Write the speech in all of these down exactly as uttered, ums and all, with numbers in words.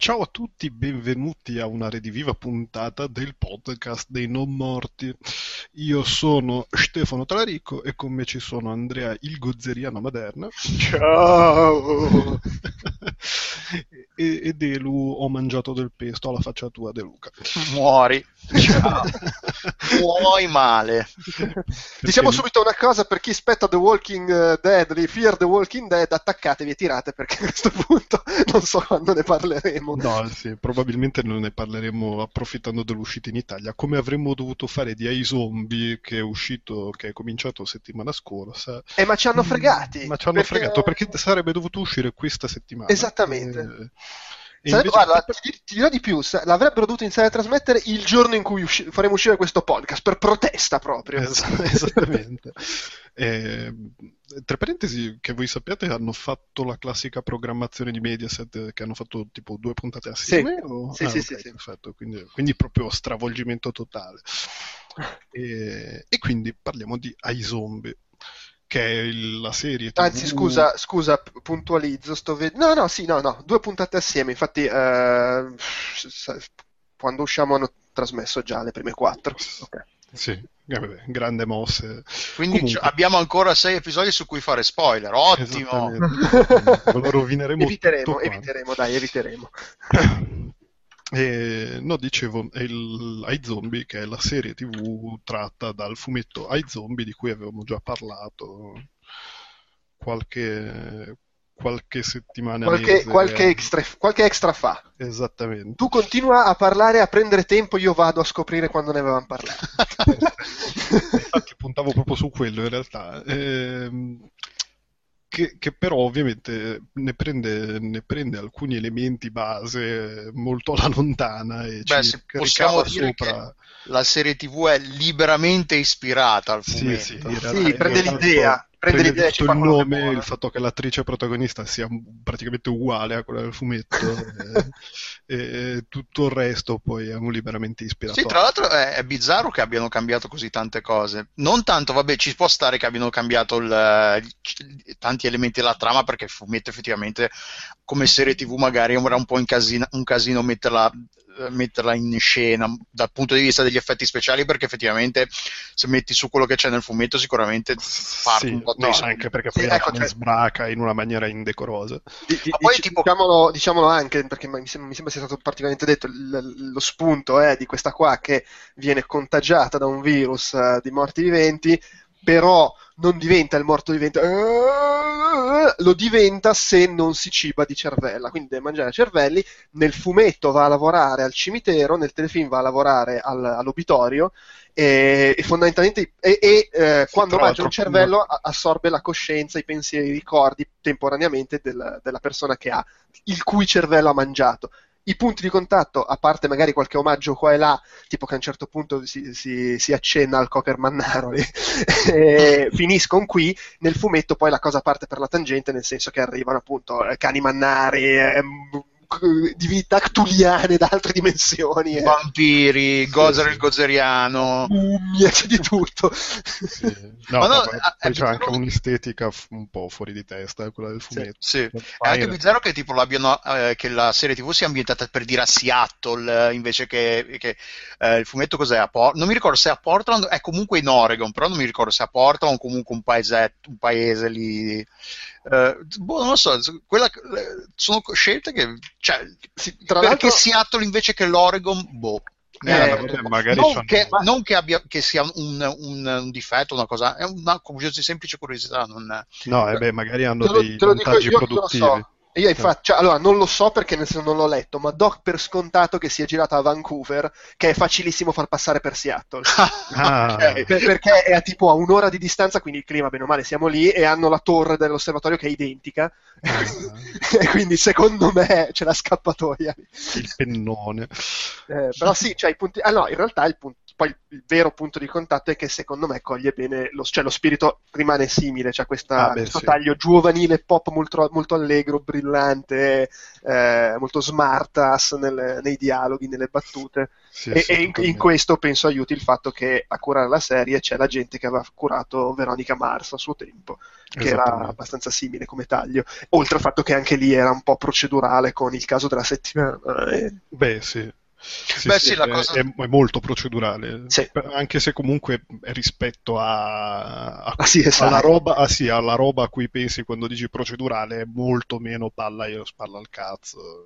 Ciao a tutti, benvenuti a una rediviva puntata del podcast dei non morti. Io sono Stefano Talarico e con me ci sono Andrea il Gozzeriano Maderna. Ciao! e, e Delu, ho mangiato del pesto alla faccia tua, De Luca. Muori. Ciao. Muoi male. Diciamo Perché- subito una cosa per chi aspetta The Walking Dead, di Fear the Walking Dead, attaccatevi e tirate perché a questo punto non so quando ne parleremo. No, sì, probabilmente non ne parleremo approfittando dell'uscita in Italia, come avremmo dovuto fare di iZombie che è uscito, che è cominciato settimana scorsa. Eh, ma ci hanno Mm, fregati. Ma ci hanno perché... fregato perché sarebbe dovuto uscire questa settimana. Esattamente. E, e Sarebbe, invece... guarda, ti, ti dirò di più, sa- l'avrebbero dovuto iniziare a trasmettere il giorno in cui usci- faremo uscire questo podcast, per protesta proprio. Es- esattamente. Eh, tra parentesi, che voi sappiate, hanno fatto la classica programmazione di Mediaset, che hanno fatto tipo due puntate assieme? Sì, o- sì, ah, sì, ok, sì, sì. perfetto, quindi, quindi proprio stravolgimento totale. E, e quindi parliamo di iZombie, che è il- la serie Anzi, T V. scusa, scusa, p- puntualizzo, sto ved- No, no, sì, no, no, due puntate assieme, infatti eh, sa- quando usciamo hanno trasmesso già le prime quattro. Ok. Sì, eh, vabbè, grande mosse. Quindi c- Comunque, abbiamo ancora sei episodi su cui fare spoiler. Ottimo! esattamente, esattamente. Ve lo rovineremo Eviteremo, tutto quanto. eviteremo, dai, eviteremo. E, no, dicevo, è il iZombie, che è la serie T V tratta dal fumetto iZombie di cui avevamo già parlato qualche, qualche settimana, Qualche, mese. qualche extra, qualche extra fa. Esattamente. Tu continua a parlare, a prendere tempo, io vado a scoprire quando ne avevamo parlato. Infatti puntavo proprio su quello in realtà. Ehm, che, che però ovviamente ne prende, ne prende alcuni elementi base molto alla lontana e Beh, ci se possiamo ricava dire sopra. che la serie T V è liberamente ispirata al Sì, fumetto. sì, in realtà, Sì, in prende realtà l'idea, prende prende l'idea e ci tutto fa il quello che nome, vuole. il fatto che l'attrice protagonista sia praticamente uguale a quella del fumetto e, e tutto il resto poi è un liberamente ispirato Sì, a... tra l'altro è, è bizzarro che abbiano cambiato così tante cose. Non tanto, vabbè, ci può stare che abbiano cambiato il- il- tanti elementi della trama perché il fumetto effettivamente come serie T V magari era un po' in casino- un casino metterla, eh, metterla in scena dal punto di vista degli effetti speciali perché effettivamente se metti su quello che c'è nel fumetto sicuramente parte Sì, un po' no, di anche perché Sì, poi alla ecco, fine cioè- sbraca in una maniera indecorosa. Di- di- Ma poi, dici- tipo- diciamolo, diciamolo anche, perché mi sembra, mi sembra sia stato particolarmente detto, il- lo spunto è di questa qua che viene contagiata da un virus eh, di morti viventi, però non diventa il morto vivente, eh, lo diventa se non si ciba di cervella, quindi deve mangiare cervelli. Nel fumetto va a lavorare al cimitero, nel telefilm va a lavorare al- all'obitorio e, e fondamentalmente e, e, eh, Sì, quando tra mangia l'altro, un cervello a- assorbe la coscienza, i pensieri, i ricordi temporaneamente del- della persona che ha, il cui cervello ha mangiato. I punti di contatto, a parte magari qualche omaggio qua e là, tipo che a un certo punto si, si- si accenna al Cocker Mannaro, e finiscono qui. Nel fumetto poi la cosa parte per la tangente, nel senso che arrivano appunto eh, cani mannari, eh, divinità ctuliane da altre dimensioni, eh, vampiri, Gozer sì. il Gozeriano. mummie, c'è di tutto. Sì. No, Ma no, poi, è poi c'è bizzarro- anche un'estetica f- un po' fuori di testa, quella del fumetto. Sì, è Poi anche in- bizzarro che tipo l'abbiano, eh, che la serie T V sia ambientata per dire a Seattle eh, invece che, che, eh, il fumetto cos'è a Por- non mi ricordo se è a Portland, è comunque in Oregon, però non mi ricordo se è a Portland o comunque un paese, un paese lì. Eh, boh, non lo so, quella, eh, sono scelte che, cioè, Sì, tra perché l'altro, Seattle invece che l'Oregon, boh. Eh, Eh, vabbè, magari non, c'hanno- che, non che abbia che sia un, un, un difetto, una cosa, è una curiosi- semplice curiosità. Non... No, eh beh, magari hanno te lo, dei te lo dico vantaggi io, io lo produttivi. so. Io infatti, cioè, allora, non lo so perché nel senso non l'ho letto, ma do per scontato che sia girata a Vancouver, che è facilissimo far passare per Seattle. Ah. Ok. Per- perché è a tipo a un'ora di distanza, quindi il clima, bene o male, siamo lì e hanno la torre dell'osservatorio che è identica. Ah. E quindi secondo me c'è la scappatoia. Il pennone. Eh, però sì, cioè, i punti... Ah no, in realtà il punto... poi il, il vero punto di contatto è che secondo me coglie bene, lo, cioè lo spirito rimane simile, c'è questa, Ah, beh, questo sì. taglio giovanile, pop molto, molto allegro, brillante, eh, molto smartass nel, nei dialoghi, nelle battute. Sì, E, sì, e in, in totalmente. questo penso aiuti il fatto che a curare la serie c'è la gente che aveva curato Veronica Mars a suo tempo, che era Esattamente. abbastanza simile come taglio, oltre al fatto che anche lì era un po' procedurale con il caso della settimana. eh. Beh, sì. Sì, Beh, sì, sì, la è, cosa... è- è molto procedurale, Sì. anche se comunque rispetto a, a- Ah, sì, esatto. alla roba, ah, sì, alla roba a cui pensi quando dici procedurale è molto meno palla io spalla al cazzo,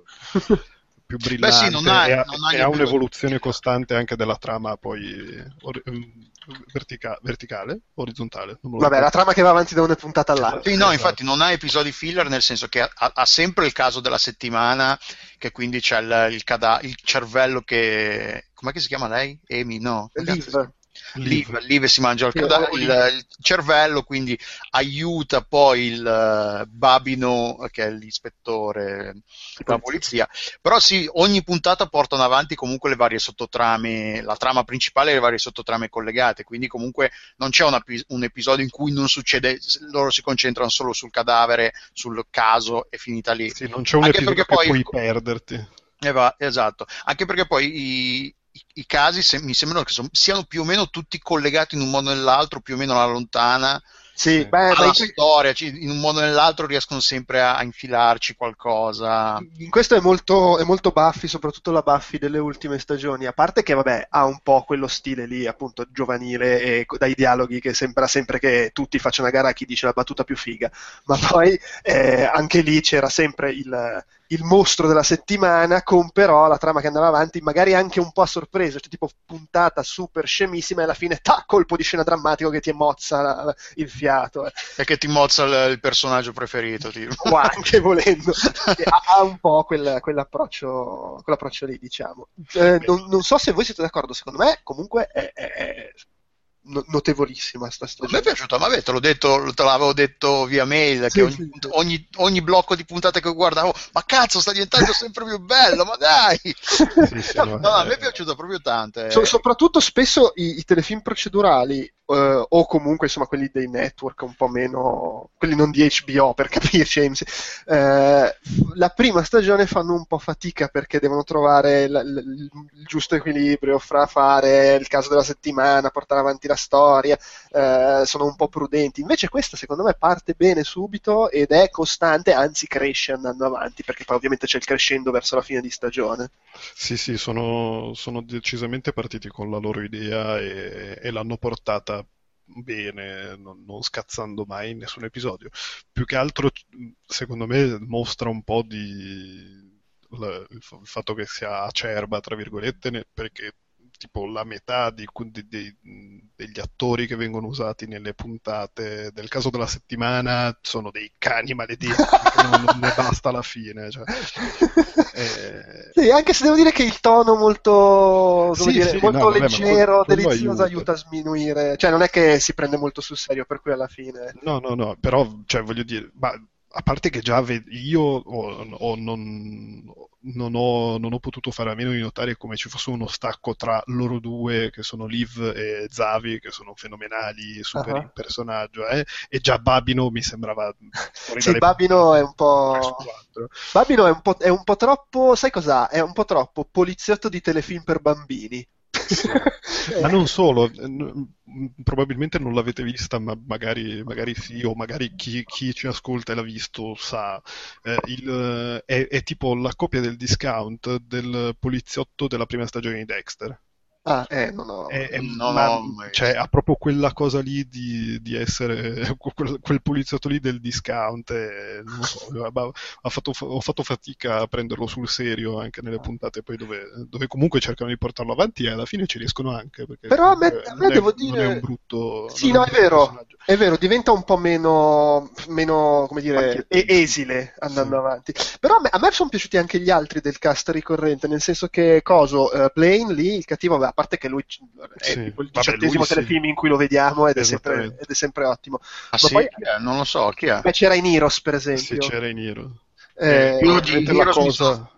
più Beh, brillante sì, non ha, e ha, non ha e gli ha episodi. un'evoluzione costante anche della trama poi or- vertica- verticale, orizzontale, non me lo Vabbè, la ricordo. trama che va avanti da una puntata all'altra. Sì, no, Esatto. infatti non ha episodi filler, nel senso che ha, ha sempre il caso della settimana, che quindi c'è il, il, cada- il cervello che... Com'è che si chiama lei? Amy, no? Come cazzo si chiama? Liv. Liv, Liv si mangia il, Sì, cada- o il, Liv. il cervello, quindi aiuta poi il eh, Babino, che è l'ispettore della polizia. Però sì, ogni puntata portano avanti comunque le varie sottotrame, la trama principale e le varie sottotrame collegate, quindi comunque non c'è una- un episodio in cui non succede, loro si concentrano solo sul cadavere, sul caso e finita lì. Sì, non c'è un Anche episodio perché che poi puoi perderti. eh va, esatto, anche perché poi i, i- i casi se- mi sembrano che son- siano più o meno tutti collegati in un modo o nell'altro, più o meno alla lontana, Sì, Sì. beh, ma alla in, storia, ci- in un modo o nell'altro riescono sempre a, a infilarci qualcosa. in questo è molto, è molto Buffy, soprattutto la Buffy delle ultime stagioni, a parte che vabbè ha un po' quello stile lì appunto giovanile e co- dai dialoghi che sembra sempre che tutti facciano a gara a chi dice la battuta più figa, ma poi eh, anche lì c'era sempre il, il mostro della settimana con però la trama che andava avanti magari anche un po' a sorpresa, cioè tipo puntata super scemissima e alla fine ta, colpo di scena drammatico che ti mozza la- la- il fiato, eh. E che ti mozza il, il personaggio preferito, tipo. O anche volendo. ha, ha un po' quel, quell'approccio, quell'approccio lì, diciamo. Eh, non, non so se voi siete d'accordo, secondo me comunque è, è- è no- notevolissima sta A me stagione. è piaciuto, ma te l'ho detto, te l'avevo detto via mail, che Sì, ogni, sì, punt- sì. ogni- ogni blocco di puntate che guardavo, ma cazzo, sta diventando sempre più bello, ma dai! Sì, sì, No, no, no, a me è eh, piaciuto proprio tanto. eh. So- soprattutto spesso i, i telefilm procedurali eh, o comunque insomma quelli dei network un po' meno, quelli non di H B O per capirci, A M C, eh, la prima stagione fanno un po' fatica perché devono trovare l- l- il giusto equilibrio fra fare il caso della settimana, portare avanti la storia, eh, sono un po' prudenti. Invece questa secondo me parte bene subito ed è costante, anzi cresce andando avanti, perché poi ovviamente c'è il crescendo verso la fine di stagione. Sì, sì, sono, sono decisamente partiti con la loro idea e, e l'hanno portata bene, non, non scazzando mai in nessun episodio. Più che altro, secondo me, mostra un po' di la- il, fa- il fatto che sia acerba, tra virgolette, ne- perché tipo la metà di- di- dei- degli attori che vengono usati nelle puntate del caso della settimana sono dei cani maledetti che non, non ne basta alla fine. Cioè. Eh, Sì, anche se devo dire che il tono molto, come Sì, dire, sì, molto no, vabbè, ma leggero, quello- quello delizioso, aiuta. aiuta a sminuire, cioè non è che si prende molto sul serio, per cui alla fine... No, no, no, però, cioè, voglio dire, ma a parte che già ve- io ho- ho- non, non ho, non ho potuto fare a meno di notare come ci fosse uno stacco tra loro due, che sono Liv e Zavi, che sono fenomenali, super Ah. in personaggio, eh, e già Babino mi sembrava fuori Sì, dalle Babino è un tre po'... su quattro. Babino è un po', è un po' troppo, sai cos'ha? È un po' troppo poliziotto di telefilm per bambini. Sì. Ma non solo, eh, n- probabilmente non l'avete vista, ma magari, magari sì, o magari chi, chi ci ascolta e l'ha visto sa. Eh, il, eh, è, è tipo la copia del discount del poliziotto della prima stagione di Dexter. Ah, eh, non ho... È- è- Non ma- ho mai cioè, visto. ha proprio quella cosa lì di, di essere quel, quel poliziotto lì del discount. E, non lo so, ma ha fatto- ho fatto fatica a prenderlo sul serio anche nelle puntate poi dove, dove comunque cercano di portarlo avanti e alla fine ci riescono anche. Perché Però a me, comunque a me non è, devo non è un dire... brutto, Sì, non è no, un è brutto vero, personaggio. è vero, diventa un po' meno, meno come dire, e- Macchiettino. esile andando Sì. avanti. Però a me, a me sono piaciuti anche gli altri del cast ricorrente, nel senso che Coso, eh, Blaine lì, il cattivo, vabbè, a parte che lui c- è Sì. tipo il Vabbè, diciottesimo lui sì. telefilm in cui lo vediamo ed è sempre, Esattamente. ed è sempre ottimo. Ah Ma sì? poi Chi è? Non lo so, chi è? beh, c'era in Heroes, per Sì, esempio. c'era in Nero. Eh, Io Eh, di mentre la Heroes mi cosa... sono,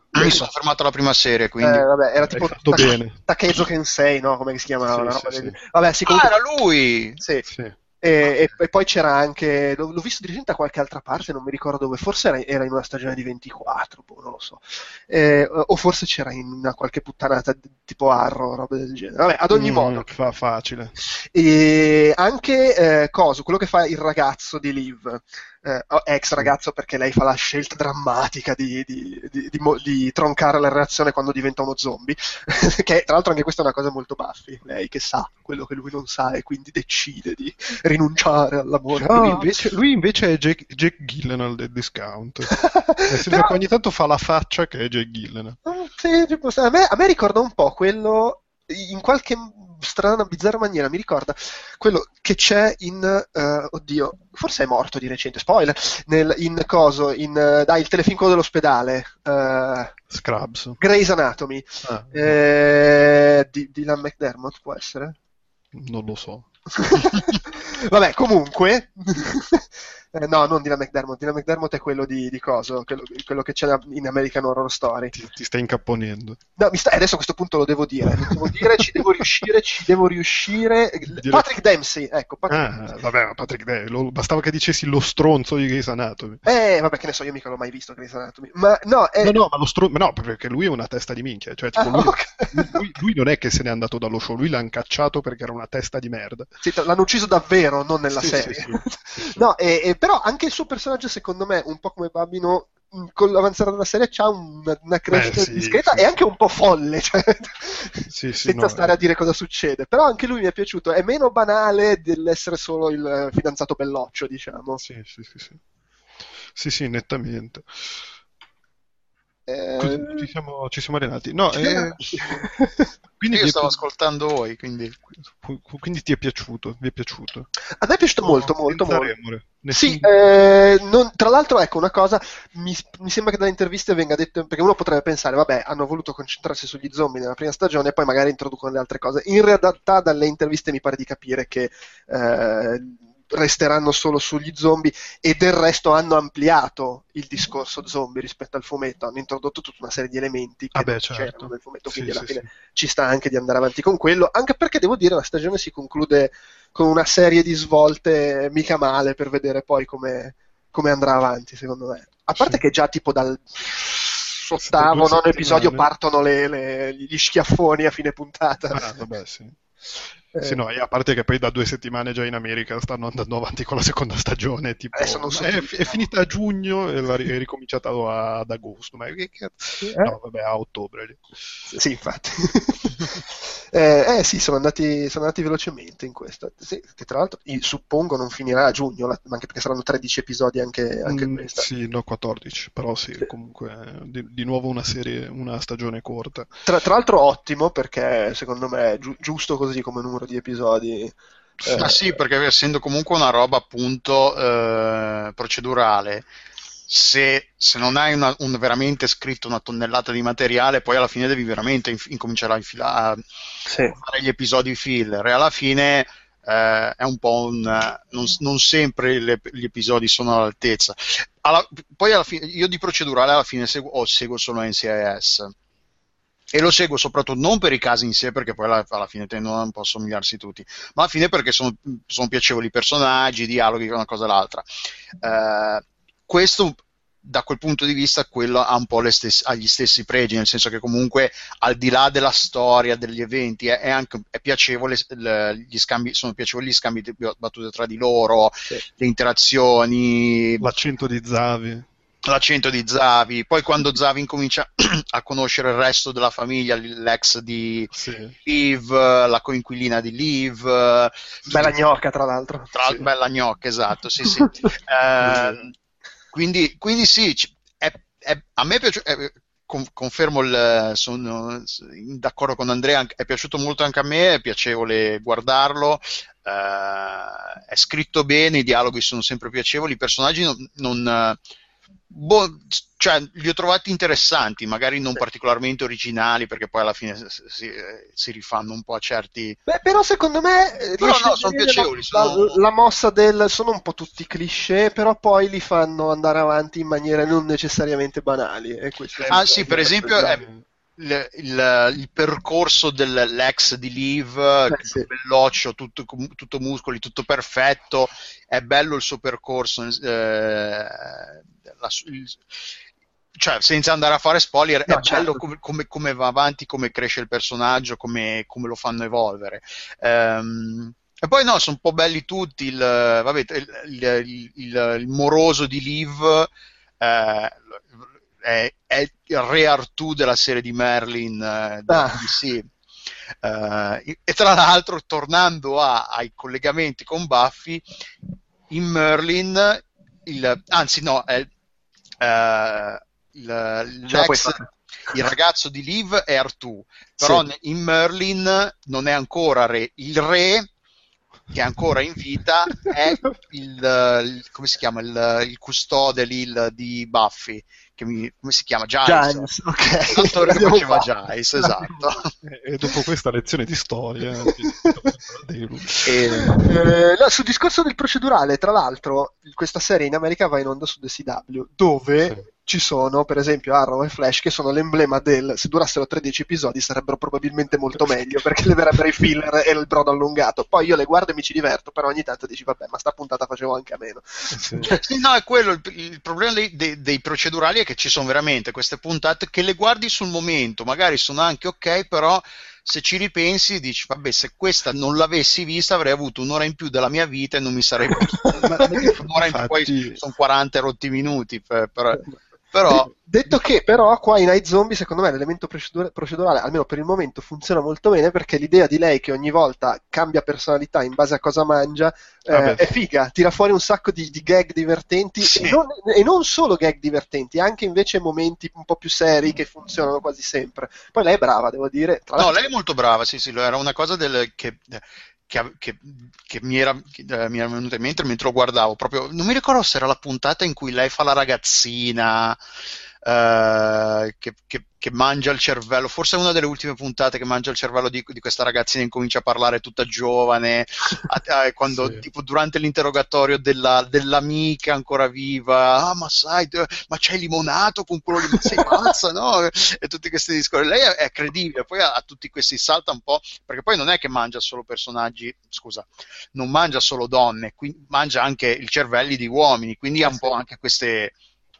Mi sono fermato alla prima serie, quindi. Eh, vabbè, era Hai tipo fatto Ta- bene. Takezo Kensei, no? Come si chiamava? Sì, Una sì, roba del- sì. Vabbè, sì, Ah, comunque. era lui! Sì. Sì. E, e- e poi c'era anche, l'ho, l'ho visto di recente da qualche altra parte, non mi ricordo dove, forse era, era in una stagione di ventiquattro, boh, non lo so. Eh, o forse c'era in una qualche puttanata d- tipo Arrow, roba del genere. Vabbè, ad ogni Mm, modo. fa facile. E anche eh, Coso, quello che fa il ragazzo di Liv, eh, o ex ragazzo, perché lei fa la scelta drammatica di, di- di- di mo- di troncare la relazione quando diventa uno zombie, che tra l'altro anche questa è una cosa molto Buffy, lei che sa quello che lui non sa e quindi decide di rinunciare all'amore. Lui Ah. invece, lui invece è Jake, Jake Gyllenhaal del Discount. Nel senso Però- che ogni tanto fa la faccia che è Jake Gyllenhaal. Mm, sì, tipo, a me, a me ricorda un po' quello, in qualche strana, bizzarra maniera, mi ricorda quello che c'è in, eh, oddio, forse è morto di recente, spoiler, nel, in coso, in, eh, dai, il telefilm quello dell'ospedale, eh, Scrubs. Grey's Anatomy, Ah, eh, di Dylan McDermott, può essere? non lo so. Vabbè, comunque, eh, no, non Dylan McDermott. Dylan McDermott è quello di, di coso, quello, quello che c'è in American Horror Story. Ti, ti stai incapponendo. No, mi sta, adesso a questo punto lo devo dire, lo devo dire, ci devo riuscire, ci devo riuscire. Dire- Patrick Dempsey, ecco, Patrick Ah, Dempsey. vabbè, ma Patrick Day, lo- bastava che dicessi lo stronzo di Grey's Anatomy. Eh, vabbè, che ne so, io mica l'ho mai visto Grey's Anatomy. Ma no, è... No, no, ma lo stronzo, no, perché lui è una testa di minchia, cioè, tipo, Ah, lui, ok. lui- lui non è che se n'è andato dallo show, lui l'ha cacciato perché era una testa di merda. Sì, l'hanno ucciso davvero, non nella Sì, serie. sì, sì, sì, sì. No, e, e però anche il suo personaggio, secondo me, un po' come Babino, mh, con l'avanzare della serie c'ha una, una crescita Beh, sì, discreta sì, e sì. anche un po' folle, cioè, Sì, sì, senza no, stare eh. a dire cosa succede. Però anche lui mi è piaciuto, è meno banale dell'essere solo il eh, fidanzato belloccio, diciamo. Sì, sì, sì, sì. Sì, sì, nettamente. Eh, Così ci siamo, ci siamo arenati. No, sì. eh, quindi, Io vi è stavo pi- ascoltando voi, quindi. quindi ti è piaciuto, vi è piaciuto? A me è piaciuto molto, molto, Senza molto. remore. Sì, Nessun- eh, non- tra l'altro, ecco una cosa, mi, mi sembra che dalle interviste venga detto, perché uno potrebbe pensare, vabbè, hanno voluto concentrarsi sugli zombie nella prima stagione e poi magari introducono le altre cose. In realtà, dalle interviste mi pare di capire che eh, resteranno solo sugli zombie e del resto hanno ampliato il discorso zombie rispetto al fumetto, hanno introdotto tutta una serie di elementi che Ah beh, non certo. c'erano nel fumetto, Sì, quindi alla sì, fine sì. ci sta anche di andare avanti con quello, anche perché devo dire la stagione si conclude con una serie di svolte mica male per vedere poi come, come andrà avanti, secondo me. A parte Sì. che già tipo dal Da ottavo, due nono episodio settimane. partono le- le- gli schiaffoni a fine puntata. Ah, vabbè, sì. Eh, Sì, no, e a parte che poi da due settimane già in America stanno andando avanti con la seconda stagione, tipo, Adesso non so è, più. è finita a giugno e la- è ricominciata a- ad agosto, ma che cazzo? Eh? No, vabbè, a ottobre lì. Sì, infatti. eh, eh, sì, sono andati, sono andati velocemente in questo. Sì, che tra l'altro io suppongo non finirà a giugno, la- anche perché saranno tredici episodi anche, anche Mm, questa. sì, no, quattordici, però sì, Sì. comunque eh, di, di nuovo una serie, una stagione corta. Tra, tra l'altro ottimo perché secondo me è giu- giusto così come numero di episodi. Sì. Eh, Ma sì, perché essendo comunque una roba appunto eh, procedurale, se, se non hai una- un, veramente scritto una tonnellata di materiale, poi alla fine devi veramente inf- incominciare a, infila- a sì. fare gli episodi filler e alla fine eh, è un po' un... non, non sempre le- gli episodi sono all'altezza. Alla- poi alla fine, io di procedurale alla fine seguo, oh, seguo solo N C I S. E lo seguo soprattutto non per i casi in sé, perché poi alla, alla fine tendono un po' a somigliarsi tutti, ma alla fine perché sono, sono piacevoli i personaggi, i dialoghi, una cosa o l'altra. Eh, questo, da quel punto di vista, quello ha un po' le stesse, ha gli stessi pregi, nel senso che comunque, al di là della storia, degli eventi, è, è anche è piacevole, le- gli scambi, sono piacevoli gli scambi di battute tra di loro, Sì. le interazioni, L'accento di Zavi. l'accento di Zavi, poi quando Zavi incomincia a conoscere il resto della famiglia, l'ex di Sì. Liv, la coinquilina di Liv, Bella gnocca, tra l'altro. tra Sì. bella gnocca, esatto, sì, sì. Eh, quindi, quindi sì, c- è- è- a me è piaciuto, è- con- confermo, il, sono d'accordo con Andrea, è piaciuto molto anche a me, è piacevole guardarlo, eh, è scritto bene, i dialoghi sono sempre piacevoli, i personaggi non, non, boh, cioè, li ho trovati interessanti, magari non particolarmente originali, perché poi alla fine si, si- si rifanno un po' a certi... Beh, però secondo me eh, Però riesce a no, sono tenere la, piacevoli, la- sono... la mossa del... sono un po' tutti cliché, però poi li fanno andare avanti in maniere non necessariamente banali. E questo Eh, Ah secondo sì, me per è molto esempio, è eh, il, il- il percorso dell'ex di Liv, eh, eh, sì. belloccio, tutto, tutto muscoli, tutto perfetto, è bello il suo percorso, eh, la su- il- cioè senza andare a fare spoiler, è No, bello certo. come, come- come va avanti, come cresce il personaggio, come, come lo fanno evolvere. Ehm, e poi no, sono un po' belli tutti, il, vabbè, il, il- il- il moroso di Liv, eh, è, è il re Artù della serie di Merlin, eh, della Ah, B B C. Eh, e tra l'altro, tornando a- ai collegamenti con Buffy, in Merlin, il, anzi no, è, eh, il- ce la puoi l'ex, fare. il ragazzo di Liv è Artù, Sì. però in Merlin non è ancora re. Il re, che è ancora in vita, è il, il- come si chiama, il, il custode lì, il- di Buffy, che mi- come si chiama? Giles, Giants, ok. l'attore che L'abbiamo faceva fatto. Giles, L'abbiamo esatto. fatto. e dopo questa lezione di storia, Delu. E, Eh, no, sul discorso del procedurale, tra l'altro, questa serie in America va in onda su The C W, Sì. dove ci sono, per esempio, Arrow e Flash, che sono l'emblema del se durassero tredici episodi sarebbero probabilmente molto meglio, perché leverebbero i filler e il brodo allungato. Poi io le guardo e mi ci diverto, però ogni tanto dici, vabbè, ma sta puntata facevo anche a meno. Sì. sì, no, è quello il, il problema dei, dei- dei procedurali è che ci sono veramente queste puntate che le guardi sul momento, magari sono anche ok, però se ci ripensi dici, vabbè, se questa non l'avessi vista avrei avuto un'ora in più della mia vita e non mi sarei Ma, un'ora in più, poi infatti, sono quaranta rotti minuti, per- per- però De- detto che però qua in iZombie secondo me l'elemento procedura- procedurale almeno per il momento funziona molto bene, perché l'idea di lei che ogni volta cambia personalità in base a cosa mangia eh, ah beh, è figa, tira fuori un sacco di, di gag divertenti sì. e non, e non solo gag divertenti, anche invece momenti un po' più seri che funzionano quasi sempre. Poi lei è brava, devo dire, tra No, l'altro. lei è molto brava, sì, sì, era una cosa del, che, che- che- che mi era, che, eh, mi era venuta in mente mentre lo guardavo, proprio, non mi ricordo se era la puntata in cui lei fa la ragazzina, eh, che, che- che mangia il cervello, forse è una delle ultime puntate che mangia il cervello di, di questa ragazzina e incomincia a parlare tutta giovane, a- a- quando sì. tipo durante l'interrogatorio della- dell'amica ancora viva, ah ma sai, d- ma c'hai limonato con quello lì, ma sei pazza, no? E tutti questi discorsi. Lei è, è credibile, poi ha, ha tutti questi salta un po', perché poi non è che mangia solo personaggi, scusa, non mangia solo donne, quindi mangia anche i cervelli di uomini, quindi ha Eh un sì. po' anche queste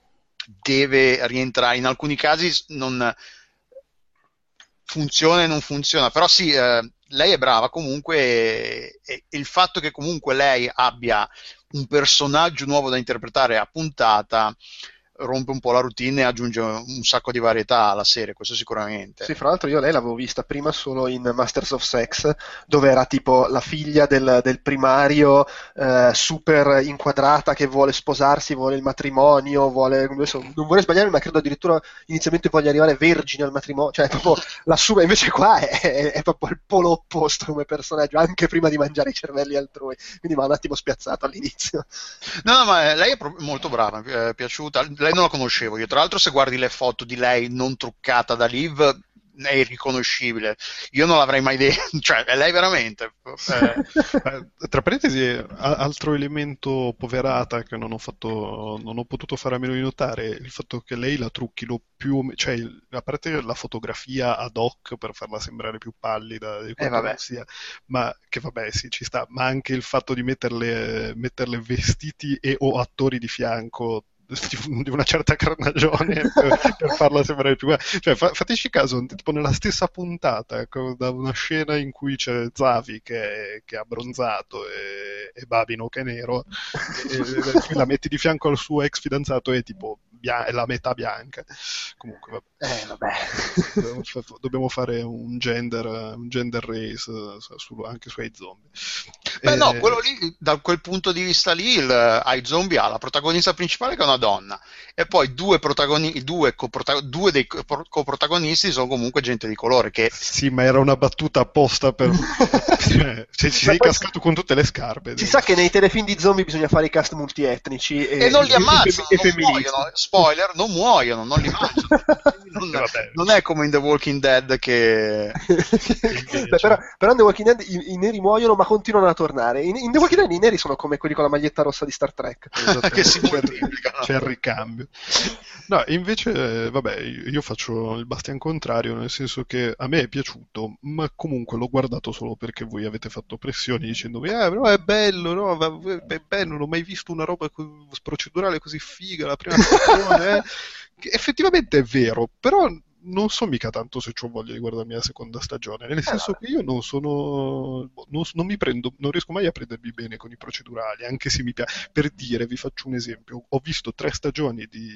deve rientrare, in alcuni casi non funziona e non funziona, però sì, eh, lei è brava comunque e, e il fatto che comunque lei abbia un personaggio nuovo da interpretare a puntata rompe un po' la routine e aggiunge un sacco di varietà alla serie, questo sicuramente. Sì, fra l'altro io lei l'avevo vista prima solo in Masters of Sex, dove era tipo la figlia del, del primario, eh, super inquadrata, che vuole sposarsi, vuole il matrimonio, vuole, adesso non vorrei sbagliarmi, ma credo addirittura inizialmente voglia arrivare vergine al matrimonio, cioè proprio la sua, invece qua è, è- è proprio il polo opposto come personaggio, anche prima di mangiare i cervelli altrui, quindi mi ha un attimo spiazzato all'inizio. No, no, ma lei è pro- molto brava, mi è piaciuta. Lei non la conoscevo io. Tra l'altro, se guardi le foto di lei non truccata da Liv, è irriconoscibile. Io non l'avrei mai detto, cioè, è lei veramente. Eh, Eh, tra parentesi, a- altro elemento poverata che non ho fatto, non ho potuto fare a meno di notare, il fatto che lei la trucchino più, o me- cioè il- a parte la fotografia ad hoc per farla sembrare più pallida di Eh quanto vabbè. non sia, ma che vabbè sì ci sta, ma anche il fatto di metterle, metterle vestiti e o attori di fianco di di una certa carnagione per, per farla sembrare più guarda. Cioè, fa- fateci caso, tipo nella stessa puntata, ecco, da una scena in cui c'è Zavi che è, che è abbronzato e, e Babino che è nero, e, e- e poi la metti di fianco al suo ex fidanzato e tipo bia- è la metà bianca. Comunque, vabbè. Eh vabbè. Dobbiamo, fa- dobbiamo fare un gender, un gender race eh, su- anche sui zombie. Beh, no, E- quello lì, da quel punto di vista lì, il, hai zombie ha la protagonista principale che è una donna, e poi due, protagoni- due, coprota- due dei co- coprotagonisti sono comunque gente di colore, che Sì, ma era una battuta apposta per... cioè, se ci Ma sei poi cascato con tutte le scarpe. si sa che nei telefilm di zombie bisogna fare i cast multietnici e, e non li e- e ammazzano, e non femministi. muoiono, spoiler, non muoiono, non li mangiano. Non, Eh, vabbè. non è come in The Walking Dead che... Beh, però, però in The Walking Dead i, i neri muoiono ma continuano a tornare. In, in The Walking Dead i neri sono come quelli con la maglietta rossa di Star Trek. che si c'è, moltiplicano. c'è il ricambio. No, invece, eh, vabbè, io io faccio il bastian contrario, nel senso che a me è piaciuto, ma comunque l'ho guardato solo perché voi avete fatto pressioni dicendomi, ah, però è bello, no? Va- È bello, non ho mai visto una roba co- procedurale così figa, la prima stagione, eh. Che effettivamente è vero, però non so mica tanto se ho voglia di guardarmi la seconda stagione, nel senso vabbè. che io non sono, non, non mi prendo, non riesco mai a prendermi bene con i procedurali, anche se mi piace. Per dire, vi faccio un esempio, ho visto tre stagioni di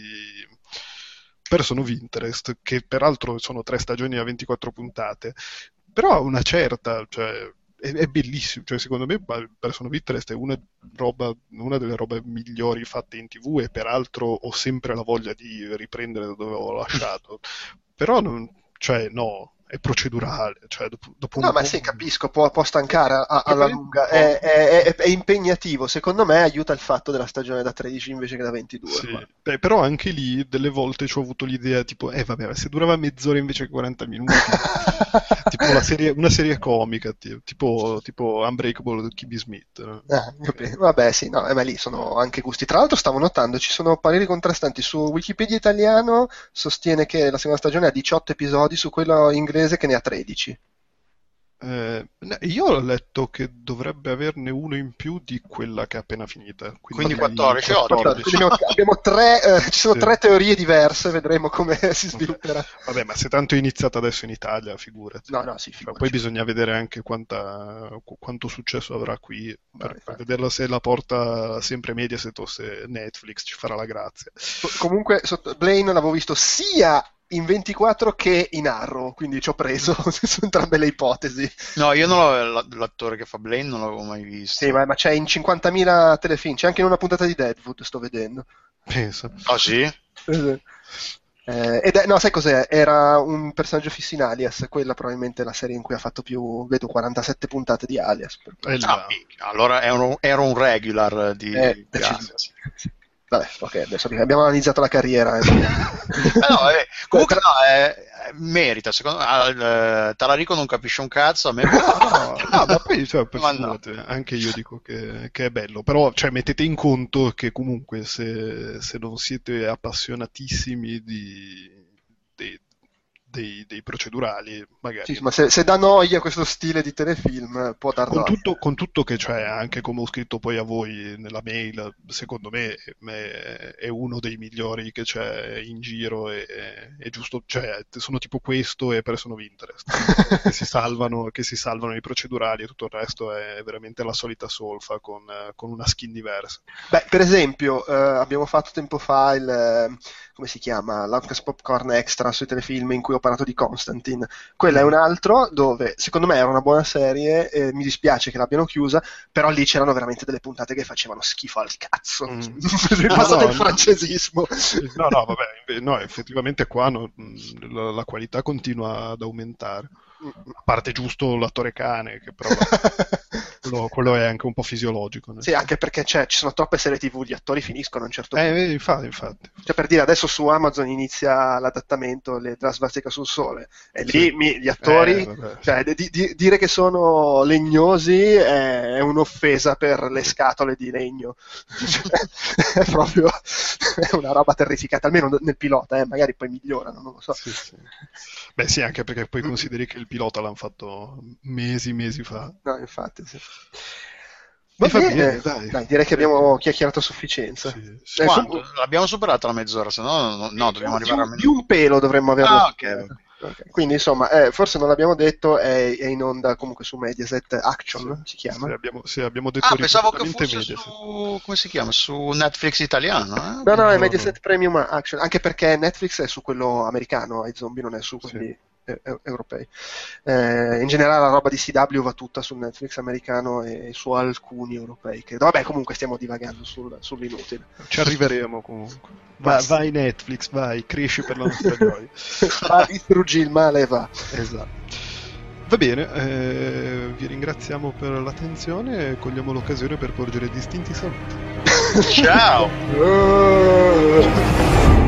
Person of Interest, che peraltro sono tre stagioni a ventiquattro puntate, però a una certa, cioè, è, è bellissimo, cioè, secondo me Person of Interest è una, roba, una delle robe migliori fatte in tv e peraltro ho sempre la voglia di riprendere da dove ho lasciato, però non, cioè, no, è procedurale, cioè, dopo, dopo No, un ma po'... sì, capisco, può, può stancare a- Che alla poi- lunga, è, è- è- è impegnativo, secondo me aiuta il fatto della stagione da tredici invece che da ventidue. Sì, qua. beh, però anche lì delle volte ci ho avuto l'idea tipo, eh vabbè, se durava mezz'ora invece che quaranta minuti, tipo la serie- una serie comica, ti- tipo, tipo Unbreakable di Kimmy Smith, no? Ah, vabbè, vabbè, sì, no, eh, ma lì sono anche gusti. Tra l'altro stavo notando, ci sono pareri contrastanti. Su Wikipedia italiano sostiene che la seconda stagione ha diciotto episodi, su quello inglese che ne ha tredici. Eh, no, io ho letto che dovrebbe averne uno in più di quella che è appena finita, Quindi di quattordici, ottimo. quattordici. Quindi abbiamo, abbiamo tre, eh, ci sono Sì. tre teorie diverse, vedremo come si svilupperà. Vabbè, ma se tanto è iniziata adesso in Italia, figurati. No, no, sì, Cioè, figurati. poi bisogna vedere anche quanta, qu- quanto successo avrà qui No, per, per infatti. vederla se la porta sempre Mediaset o se Netflix ci farà la grazia. Co- Comunque, sotto- Blaine l'avevo visto sia in ventiquattro che in Arrow, quindi ci ho preso su entrambe le ipotesi. No, io non l'ho, l'attore che fa Blaine non l'avevo mai visto. Sì, ma, ma c'è in cinquantamila telefilm, c'è anche in una puntata di Deadwood, sto vedendo. Pensa. Ah sì? Eh, ed è, no, sai cos'è? Era un personaggio fisso in Alias, quella probabilmente è la serie in cui ha fatto più, vedo quarantasette puntate di Alias. per cui- È là. Ah, minchia, allora ero, ero un regular di, Eh, di deciso. Alias. Vabbè, ok, adesso abbiamo analizzato la carriera. eh. Eh no, vabbè, comunque no, eh, eh, merita, secondo me. ah, il, eh, Talarico non capisce un cazzo, a me... No, no, ma poi cioè, per Ma no. figurate, anche io dico che, che è bello, però cioè, mettete in conto che comunque se, se non siete appassionatissimi di, dei, dei- dei procedurali, magari Sì, ma se, se dà noia questo stile di telefilm, può dar con noia. tutto, con tutto che c'è, anche come ho scritto poi a voi nella mail, secondo me è, è uno dei migliori che c'è in giro, e, è giusto, cioè, sono tipo questo e Person of Interest, che si salvano, che si salvano i procedurali e tutto il resto è veramente la solita solfa con, con una skin diversa. Beh, per esempio, eh, abbiamo fatto tempo fa il, eh, come si chiama, l'Outcast Popcorn Extra sui telefilm in cui ho parlato di Constantine. Quello è un altro dove, secondo me, era una buona serie, eh, mi dispiace che l'abbiano chiusa, però lì c'erano veramente delle puntate che facevano schifo al cazzo. Mm. Passate No, no, il francesismo. No, no, vabbè, inve- no, effettivamente qua no, la, la qualità continua ad aumentare. A parte giusto l'attore cane, che però quello, quello è anche un po' fisiologico. nel Sì, anche perché c'è- ci sono troppe serie tivù, gli attori finiscono a un certo punto. Eh, infatti, infatti. Cioè, per dire, adesso su Amazon inizia l'adattamento, le Trasvastica sul Sole, e lì Sì. mi- gli attori, Eh, vabbè, sì. cioè, di- di- dire che sono legnosi è, è un'offesa per le scatole di legno. Cioè, è proprio è una roba terrificante, almeno nel pilota, eh, magari poi migliorano, non lo so. Sì, sì. Beh sì, anche perché poi consideri che il pilota l'hanno fatto mesi, mesi fa. No, infatti, sì. Va Mi fa bene, bene, dai. dai, direi che abbiamo chiacchierato a sufficienza. Sì, sì. Eh, Quanto? su- L'abbiamo superata la mezz'ora, se no, no, no, dobbiamo di, arrivare a un, meno. di un pelo dovremmo averlo. Ah, ok. Ok. Quindi insomma, eh, forse non l'abbiamo detto, è, è in onda comunque su Mediaset Action, si chiama. Sì, abbiamo, sì, abbiamo detto Ah, pensavo che ripetutamente fosse Mediaset. su, come si chiama? Su Netflix italiano, eh? No, no, è No, Mediaset Premium Action, anche perché Netflix è su quello americano, ai zombie non è su Sì. quelli... eh, europei. Eh, in generale la roba di C W va tutta sul Netflix americano e su alcuni europei. Che, vabbè, comunque stiamo divagando sul, sull'inutile. Ci arriveremo comunque. Va, vai Netflix, vai, cresci per la nostra gioia. Va, distruggi il male e va. Esatto. Va bene, eh, vi ringraziamo per l'attenzione e cogliamo l'occasione per porgere distinti saluti. Ciao!